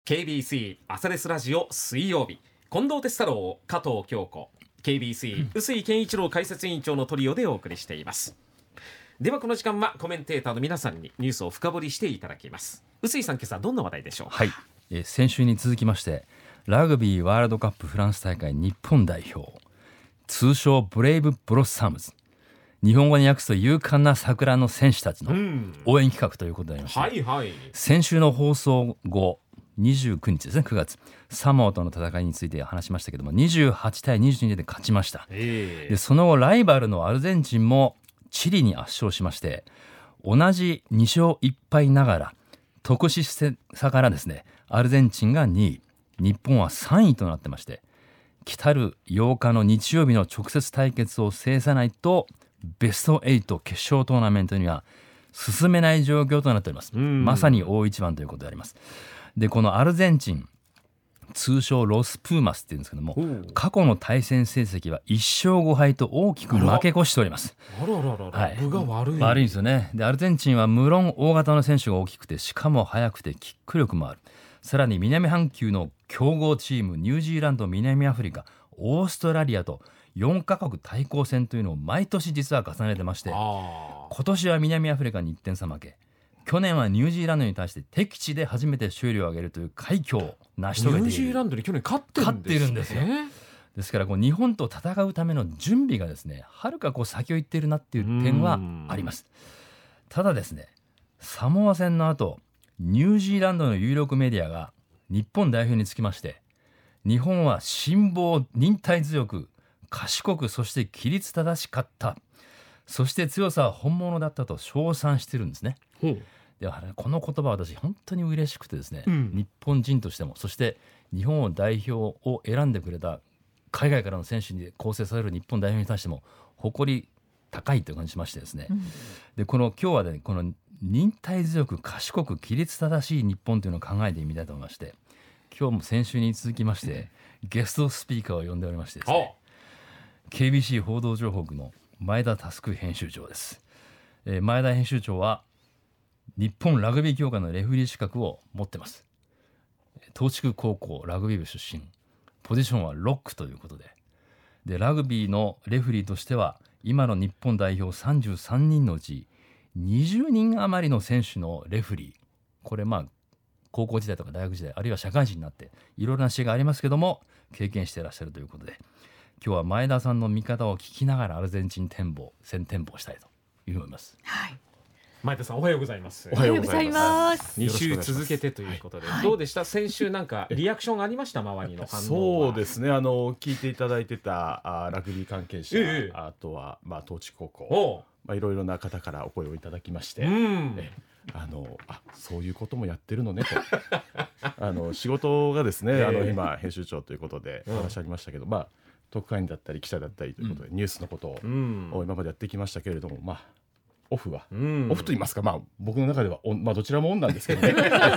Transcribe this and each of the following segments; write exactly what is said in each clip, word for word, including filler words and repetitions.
ケービーシー 朝レスラジオ水曜日、近藤哲太郎、加藤京子、 ケービーシー 臼井健一郎解説委員長のトリオでお送りしています。ではこの時間はコメンテーターの皆さんにニュースを深掘りしていただきます。臼井さん、今朝どんな話題でしょうか。 はい、えー、先週に続きましてラグビーワールドカップフランス大会日本代表、通称ブレイブブロッサムズ、日本語に訳すと勇敢な桜の戦士たちの応援企画ということでありまして、 はいはい、 先週の放送後にじゅうくにちですね、くがつサモアとの戦いについて話しましたけども、にじゅうはちたいにじゅうにで勝ちました。 えー、 でその後ライバルのアルゼンチンもチリに圧勝しまして、同じにしょういっぱいながら得失差からですね、アルゼンチンがにい、日本はさんいとなってまして、来たるようかの日曜日の直接対決を制さないとベストはち決勝トーナメントには進めない状況となっております。まさに大一番ということであります。でこのアルゼンチン、通称ロスプーマスっていうんですけども、過去の対戦成績はいっしょうごはいと大きく負け越しております。 あらららら、はい、分が悪い悪いんですよね。でアルゼンチンは無論大型の選手が大きくて、しかも速くてキック力もある。さらに南半球の強豪チームニュージーランド、南アフリカ、オーストラリアとよんカ国対抗戦というのを毎年実は重ねてまして、今年は南アフリカにいってん差負け、去年はニュージーランドに対して敵地で初めて勝利を挙げるという快挙を成し遂げている。 ニュージーランドに去年勝ってるんですね。勝ってるんですよ。 ですからこう日本と戦うための準備がですね、はるかこう先を行っているなっていう点はあります。ただですね、サモア戦の後ニュージーランドの有力メディアが日本代表につきまして、日本は辛抱忍耐強く賢く、そして規律正しかった、そして強さは本物だったと称賛してるんですね。でこの言葉は私本当に嬉しくてですね、うん、日本人としても、そして日本を代表を選んでくれた海外からの選手に構成される日本代表に対しても誇り高いという感じしましてですね、うん、でこの今日はね、この忍耐強く賢く規律正しい日本というのを考えてみたいと思いまして、今日も先週に続きまして、うん、ゲストスピーカーを呼んでおりましてですね、ケービーシー 報道情報部の前田佑編集長です。えー、前田編集長は日本ラグビー協会のレフェリー資格を持ってます。東筑高校ラグビー部出身、ポジションはロックということで、でラグビーのレフェリーとしては今の日本代表さんじゅうさんにんのうちにじゅうにん余りの選手のレフェリー、これまあ高校時代とか大学時代、あるいは社会人になっていろいろな試合がありますけども経験していらっしゃるということで、今日は前田さんの見方を聞きながらアルゼンチン展望、戦展望したいというふうに思います。 はい、前田さんおはようございます。 おはようございます。 に週続けてということで、はい、どうでした、先週なんかリアクションがありました、周りの反応は。 そうですね、あの聞いていただいてたあラグビー関係者、ええ、あとは、まあ、東筑高校、まあ、いろいろな方からお声をいただきまして、うん、えあのあそういうこともやってるのねとあの仕事がですね、ええ、あの今編集長ということでお話ありましたけど、うん、まあ特派員だったり記者だったりということで、うん、ニュースのことを今までやってきましたけれども、まあオフは、うん、オフと言いますか、まあ、僕の中では、まあ、どちらもオンなんですけどね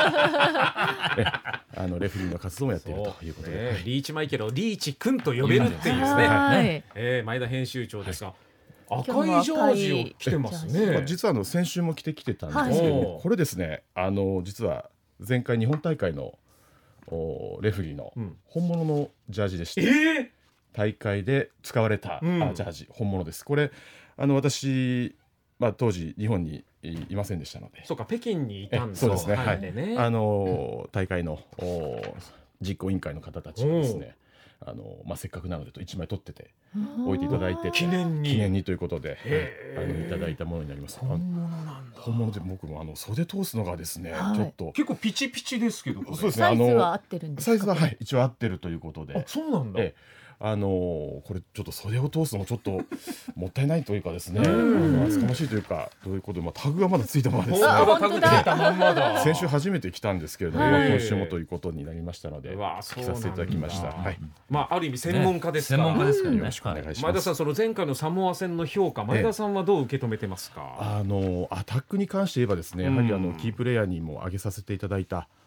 あのレフェリーの活動もやっているということで、ね、 リーチマイケルをリーチ君と呼べるっていうですね、はい、えー、前田編集長ですが、はい、赤いジャージを着てますね。 まあ、実はあの先週も着てきてたんですけど、はい、これですね、あの実は前回日本大会のレフェリーの本物のジャージでして、うん、えー、大会で使われた、うん、ジャージ本物です。これあの私、まあ、当時日本にいませんでしたので。 そうか、北京にいたんです。 そうですね、はい、ね、あの大会の実行委員会の方たちがですね、あの、まあ、せっかくなのでといちまい取ってて置いていただいて、 記念に記念にということで、あのいただいたものになります。 本物なんだ。 本物で、僕もあの袖通すのがですね、はい、ちょっと結構ピチピチですけど、 そうですね、 サイズは合ってるんですか。 サイズは、はい、一応合ってるということで。 あ、そうなんだ。ええ、 あのー、これちょっと袖を通すのもちょっともったいないというかですね、厚かましいというか、どういうことで、まあ、タグがまだついたままですね。 タグついたまんまだ。 先週初めて来たんですけれども、まあ、今週もということになりましたので来させていただきました。はい、 まあ、ある意味専門家ですから、 ね、専門家ですからね、 よろしくお願いします。 前田さん、その前回のサモア戦の評価、前田さんはどう受け止めてますか。 あのアタックに関して言えばですね、やはりあのキープレイヤーにも挙げさせていただいた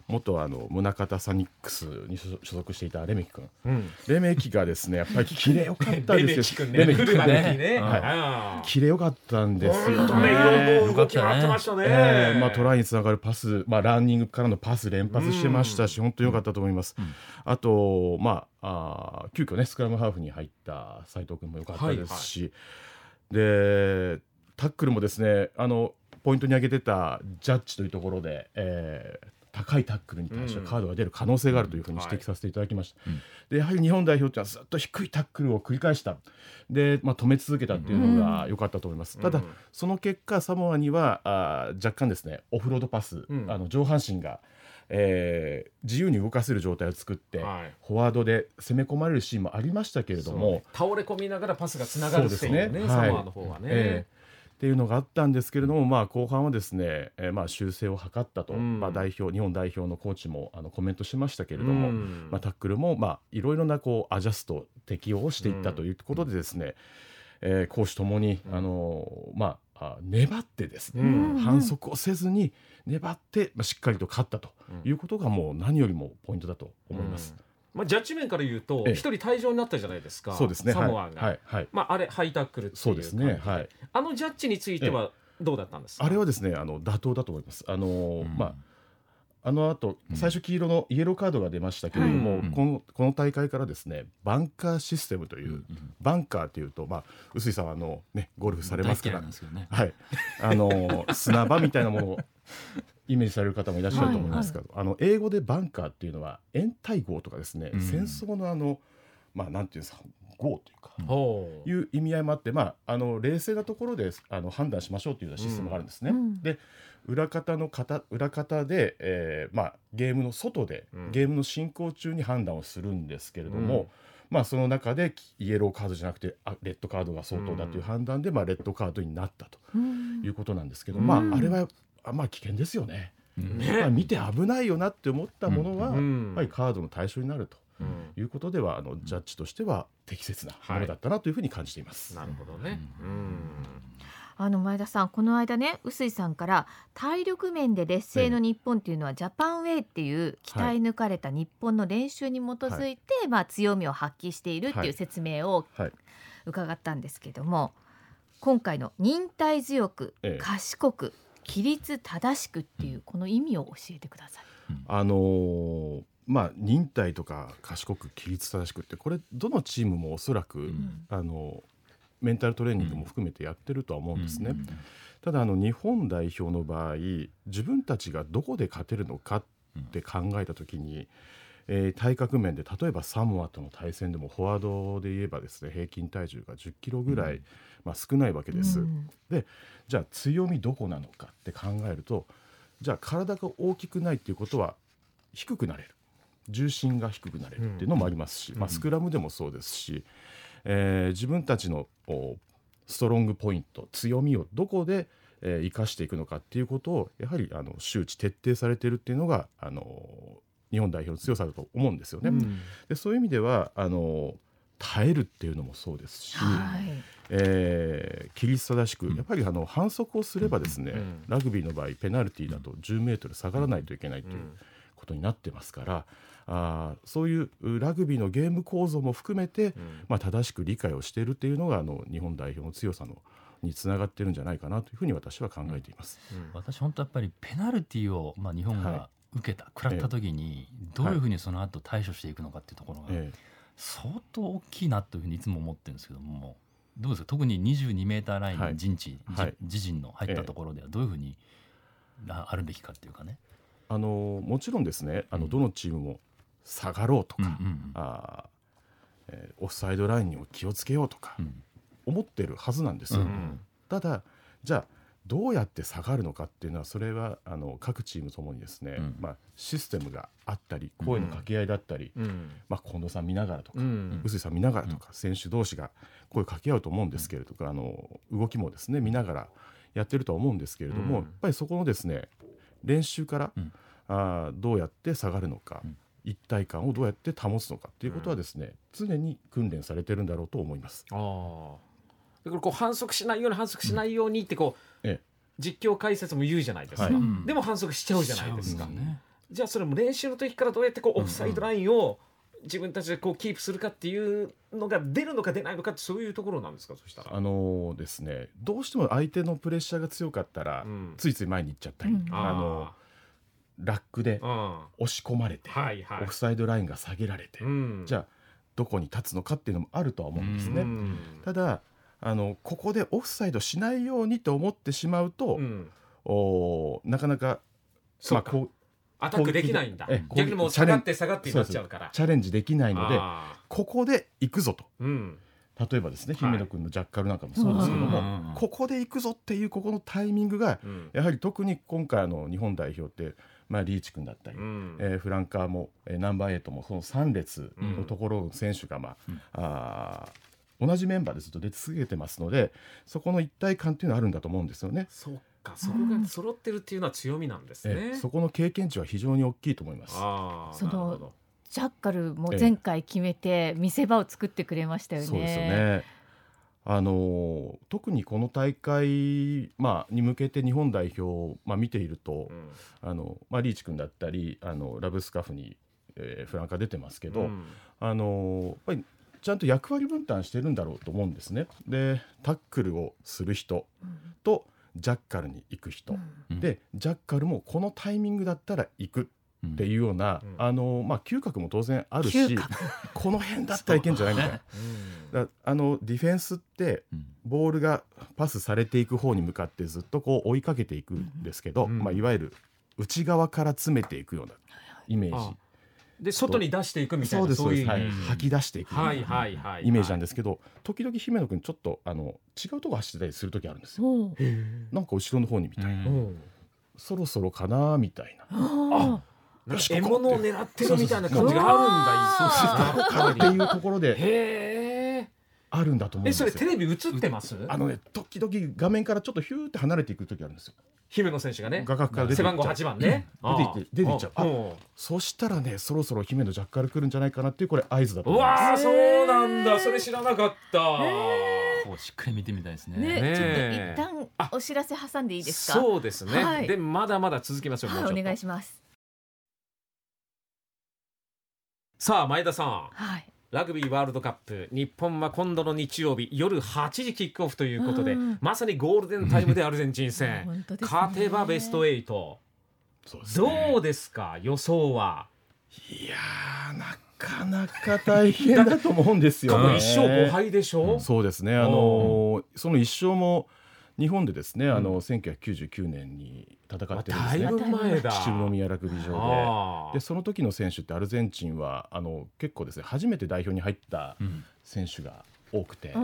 元あの宗像サニックスに所属していたレメキ君、うん、レメキがですねやっぱりキレよかったんですよ。 レメキ君ね、 ね、はい、キレよかったんですよね。 いろいろ動き回ってましたね。 えーまあ、トライにつながるパス、まあ、ランニングからのパス連発してましたし、うん、本当によかったと思います。うん、あと、まあ、あ急遽ねスクラムハーフに入った斉藤君もよかったですし、はいはい、でタックルもですねあのポイントに挙げてたジャッジというところで、えー、高いタックルに対してカードが出る可能性があるというふうに指摘させていただきました。うんはい、でやはり日本代表というのはずっと低いタックルを繰り返したで、まあ、止め続けたっていうのが良かったと思います。うん、ただその結果サモアにはあ若干ですねオフロードパス、うん、あの上半身がえー、自由に動かせる状態を作って、はい、フォワードで攻め込まれるシーンもありましたけれども、ね、 倒れ込みながらパスがつながるっていうね、ね、はい、サモアの方はね、えー、っていうのがあったんですけれども、まあ、後半はですね、えーまあ、修正を図ったと、うんまあ、代表日本代表のコーチもあのコメントしましたけれども、うんまあ、タックルも、まあ、いろいろなこうアジャスト適応をしていったということでですね、うんえー、攻守ともに、あのーまあ、粘ってですね、うん、反則をせずに粘って、まあ、しっかりと勝ったということがもう何よりもポイントだと思います。 うんまあ、ジャッジ面から言うと一人退場になったじゃないですか。 そうですね、 サモアが、 はいはいまあ、あれハイタックルっていうそうですね、はい、 あのジャッジについてはどうだったんですか。 あれはですねあの妥当だと思います。あの、うんまああの後最初黄色のイエローカードが出ましたけれども、うん、この、この大会からですねバンカーシステムという、うん、バンカーというと、まあ、臼井さんはあの、ね、ゴルフされますから、ねはい、あの砂場みたいなものをイメージされる方もいらっしゃると思いますが、はいはい、あの英語でバンカーっていうのは掩体壕とかですね、うん、戦争のあの、まあ、なんていうんですか壕というか、うん、いう意味合いもあって、まあ、あの冷静なところであの判断しましょうというようなシステムがあるんですね。うん、で裏方の方裏方で、えーまあ、ゲームの外で、うん、ゲームの進行中に判断をするんですけれども、うんまあ、その中でイエローカードじゃなくてあレッドカードが相当だという判断で、うんまあ、レッドカードになったということなんですけど、うんまあ、あれはあまあ危険ですよね。ねまあ、見て危ないよなって思ったものは、うん、やっぱりカードの対象になるということでは、あのジャッジとしては適切なものだったなというふうに感じています。 はい、なるほどね。うんあの前田さんこの間ね臼井さんから体力面で劣勢の日本っていうのは、ええ、ジャパンウェイっていう鍛え抜かれた日本の練習に基づいて、はいまあ、強みを発揮しているっていう説明を伺ったんですけども、はいはい、今回の忍耐強く、ええ、賢く規律正しくっていうこの意味を教えてください。 あのーまあ、忍耐とか賢く規律正しくってこれどのチームもおそらく、うん、あのメンタルトレーニングも含めてやってるとは思うんですね。うんうんうん、ただあの日本代表の場合自分たちがどこで勝てるのかって考えた時に、えー、体格面で例えばサモアとの対戦でもフォワードで言えばですね平均体重がじゅっキロぐらい、うんまあ、少ないわけです。うん、でじゃあ強みどこなのかって考えるとじゃあ体が大きくないっていうことは低くなれる重心が低くなれるっていうのもありますし、うんまあ、スクラムでもそうですし、えー、自分たちのストロングポイント強みをどこで、えー、生かしていくのかっていうことをやはりあの周知徹底されているっていうのがあの日本代表の強さだと思うんですよね。うん、でそういう意味ではあの耐えるっていうのもそうですし、はいえー、規律正しくやっぱりあの反則をすればですね、うん、ラグビーの場合ペナルティーだとじゅうメートル下がらないといけないということになってますから、あそういうラグビーのゲーム構造も含めて、うんまあ、正しく理解をしているというのがあの日本代表の強さのにつながっているんじゃないかなというふうに私は考えています。 うんうん、私本当やっぱりペナルティーを、まあ、日本が受けた、はい、食らった時にどういうふうにその後対処していくのかっていうところが相当大きいなというふうにいつも思ってるんですけどもどうですか特ににじゅうにメーターラインの陣地、はい、自陣の入ったところではどういうふうにあるべきかっていうかね。 あのもちろんですねあのどのチームも下がろうとか、うんうんうんあえー、オフサイドラインにも気をつけようとか思ってるはずなんですよ。うんうん、ただじゃあどうやって下がるのかっていうのはそれはあの各チームともにですね、うんまあ、システムがあったり声の掛け合いだったり、うんまあ、近藤さん見ながらとか、うん、臼井さん見ながらとか、うん、選手同士が声を掛け合うと思うんですけれども、うん、あの動きもですね見ながらやってるとは思うんですけれども、うん、やっぱりそこのですね練習から、うん、あどうやって下がるのか、うん、一体感をどうやって保つのかっていうことはですね、うん、常に訓練されてるんだろうと思います。 あだからこう反則しないように反則しないようにってこう、うんええ、実況解説も言うじゃないですか、はい、でも反則しちゃうじゃないですか、ね、 じゃあそれも練習の時からどうやってこうオフサイドラインを自分たちでこうキープするかっていうのが出るのか出ないのかってそういうところなんですか。そしたらあのーですね、どうしても相手のプレッシャーが強かったら、うん、ついつい前に行っちゃったり、うん、あのラックで押し込まれて、はいはい、オフサイドラインが下げられて、うん、じゃあどこに立つのかっていうのもあるとは思うんですね、うん、ただあのここでオフサイドしないようにと思ってしまうと、うん、おなかなかそうか、まあ、こうアタックできないんだ。逆にもう下がって下がってになっちゃうからチャレンジできないのでここで行くぞと、うん、例えばですね姫野君のジャッカルなんかもそうですけども、はい、ここで行くぞっていうここのタイミングが、うん、やはり特に今回の日本代表って、まあ、リーチ君だったり、うんえー、フランカーも、えー、ナンバーエイトもそのさん列のところの選手が、まあうん、あ同じメンバーでずっと出続けてますのでそこの一体感っていうのはあるんだと思うんですよね。 そうか、そこが揃ってるっていうのは強みなんですね、 えそこの経験値は非常に大きいと思います。 あそのジャッカルも前回決めて見せ場を作ってくれましたよね。 そうですよね。あの特にこの大会、まあ、に向けて日本代表を、まあ、見ていると、うんあのまあ、リーチ君だったりあのラブスカフに、えー、フランカー出てますけど、うん、あのやっぱりちゃんと役割分担してるんだろうと思うんですね。でタックルをする人と、うんジャッカルに行く人、うん、でジャッカルもこのタイミングだったら行くっていうような、うん、あのまあ、嗅覚も当然あるしこの辺だったらいけんじゃないみたいな、うん、だあのディフェンスってボールがパスされていく方に向かってずっとこう追いかけていくんですけど、うんまあ、いわゆる内側から詰めていくようなイメージで外に出していくみたいなそうです、はい、吐き出していくイメージなんですけど、時々姫野君ちょっとあの違うとこ走ってたりする時あるんですよ。なんか後ろの方にみたいなそろそろかなみたいなあ獲物を狙ってるみたいな感じがあるんだそうっていうところでへあるんだと思うんですよ。 えそれテレビ映ってます？ あのね時々画面からちょっとヒューって離れていく時あるんですよ。 姫野選手がね画角から出て背番号はちばんね出ていって出ていっちゃう。あそしたらねそろそろ姫野ジャッカル来るんじゃないかなっていうこれ合図だと思います。 うわそうなんだそれ知らなかった。 こうしっかり見てみたいですね。 ねねちょっと一旦お知らせ挟んでいいですか？ そうですね、はい、でまだまだ続きますよ。もうちょっと、 はい、お願いします。 さあ前田さん、 はい、 ラグビーワールドカップ日本は今度の日曜日夜はちじキックオフということで、うん、まさにゴールデンタイムでアルゼンチン戦、ね、勝てばベストはち。そうですね、どうですか予想は。 いやーなかなか大変だと思うんですよね。 いっ勝ご敗でしょ、 うん、そうですね、あのー、そのいっ勝も日本でですね、うん、あのせんきゅうひゃくきゅうじゅうきゅうねんに戦ってるんですね。 だいぶ前だ。 秩父宮ラグビー場で、でその時の選手ってアルゼンチンはあの結構ですね初めて代表に入った選手が多くて、うん、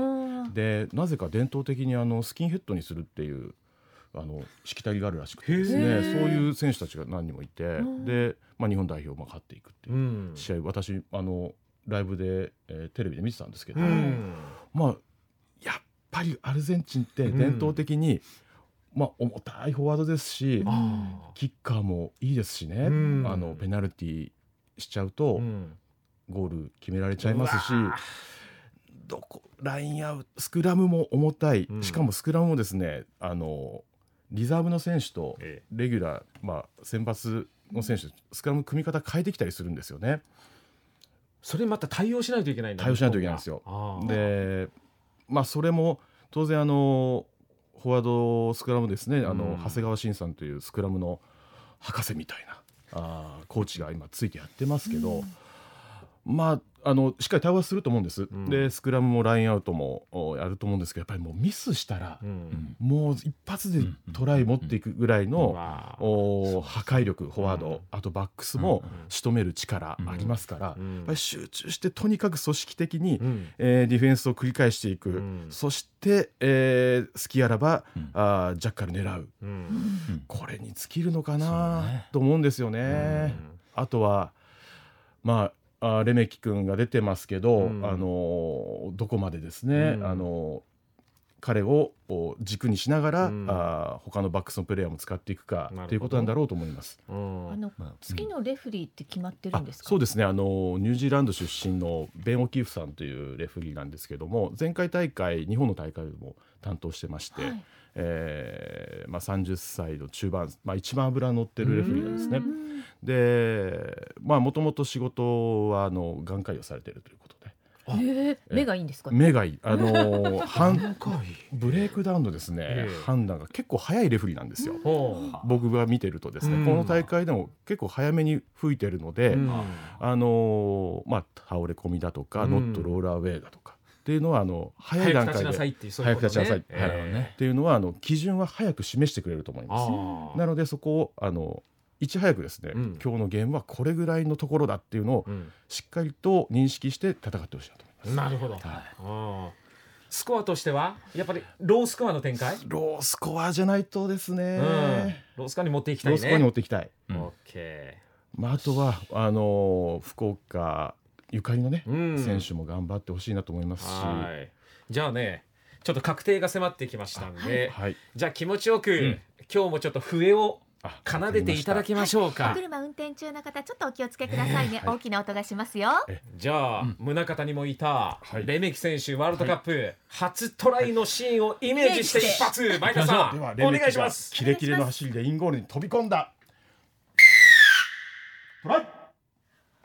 でなぜか伝統的にあのスキンヘッドにするっていうあのしきたりがあるらしくてですね、そういう選手たちが何人もいて、うん、で、まあ、日本代表も勝っていくっていう試合、うん、私あのライブで、えー、テレビで見てたんですけど、うん、まあやっぱりアルゼンチンって伝統的に、うんまあ、重たいフォワードですし、うん、キッカーもいいですしね、うん、あのペナルティしちゃうと、うん、ゴール決められちゃいますし、どこラインアウトスクラムも重たい、うん、しかもスクラムもですねあのリザーブの選手とレギュラー、まあ、選抜の選手スクラム組み方変えてきたりするんですよね。 それまた対応しないといけないんだ。 対応しないといけないんですよ。で、まあ、それも当然あのフォワードスクラムですね、あの、うん、長谷川慎さんというスクラムの博士みたいなあコーチが今ついてやってますけど、うん、まああのしっかり対応すると思うんです、うん、でスクラムもラインアウトもやると思うんですけど、やっぱりもうミスしたら、うん、もう一発でトライ持っていくぐらいの、うん、破壊力フォワード、うん、あとバックスも仕留める力ありますから、うん、やっぱり集中してとにかく組織的に、うんえー、ディフェンスを繰り返していく、うん、そして、えー、隙あらば、うん、あジャッカル狙う、うん、これに尽きるのかな、ね、と思うんですよね、うん、あとはまああレメキ君が出てますけど、うん、あのどこまでですね、うん、あの彼を軸にしながら、うん、あ他のバックスのプレーヤーも使っていくかということなんだろうと思います。 あの次のレフリーって決まってるんですか？ そうですね、あのニュージーランド出身のベン・オキーフさんというレフリーなんですけども、前回大会日本の大会でも担当してまして、はいえーまあ、さんじゅっさいの中盤、まあ、一番脂乗ってるレフェリーなんですね。でもともと仕事はあの眼科医をされているということで。 えー、目がいいんですかね。 目がいい、あのー、判ブレイクダウンのですね、えー、判断が結構早いレフェリーなんですよ。僕が見てるとですね、この大会でも結構早めに吹いてるので、あのー、まあ倒れ込みだとかノットローラーウェイだとかっていうのはあの早い段階で早く立ちなさいっていうのはあの基準は早く示してくれると思います。なのでそこをあのいち早くですね、うん、今日のゲームはこれぐらいのところだっていうのをしっかりと認識して戦ってほしいなと思います。 なるほど、はい、スコアとしてはやっぱりロースコアの展開、 ロースコアじゃないとですね、うん、 ロースコアに持っていきたいね。 ロースコアに持っていきたい、 うん、オッケー、まあ、あとはあのー、福岡ゆかりのね、うん、選手も頑張ってほしいなと思いますし、 はい、じゃあねちょっと確定が迫ってきましたんで、はい、じゃあ気持ちよく、うん、今日もちょっと笛を奏でていただきましょうか。 はい、車運転中の方ちょっとお気をつけくださいね、えー、大きな音がしますよ。 じゃあ、うん、宗像にもいた、はい、レメキ選手ワールドカップ、はい、初トライのシーンをイメージして一発前田さんお願いします。 キレキレの走りでインゴールに飛び込んだトライ。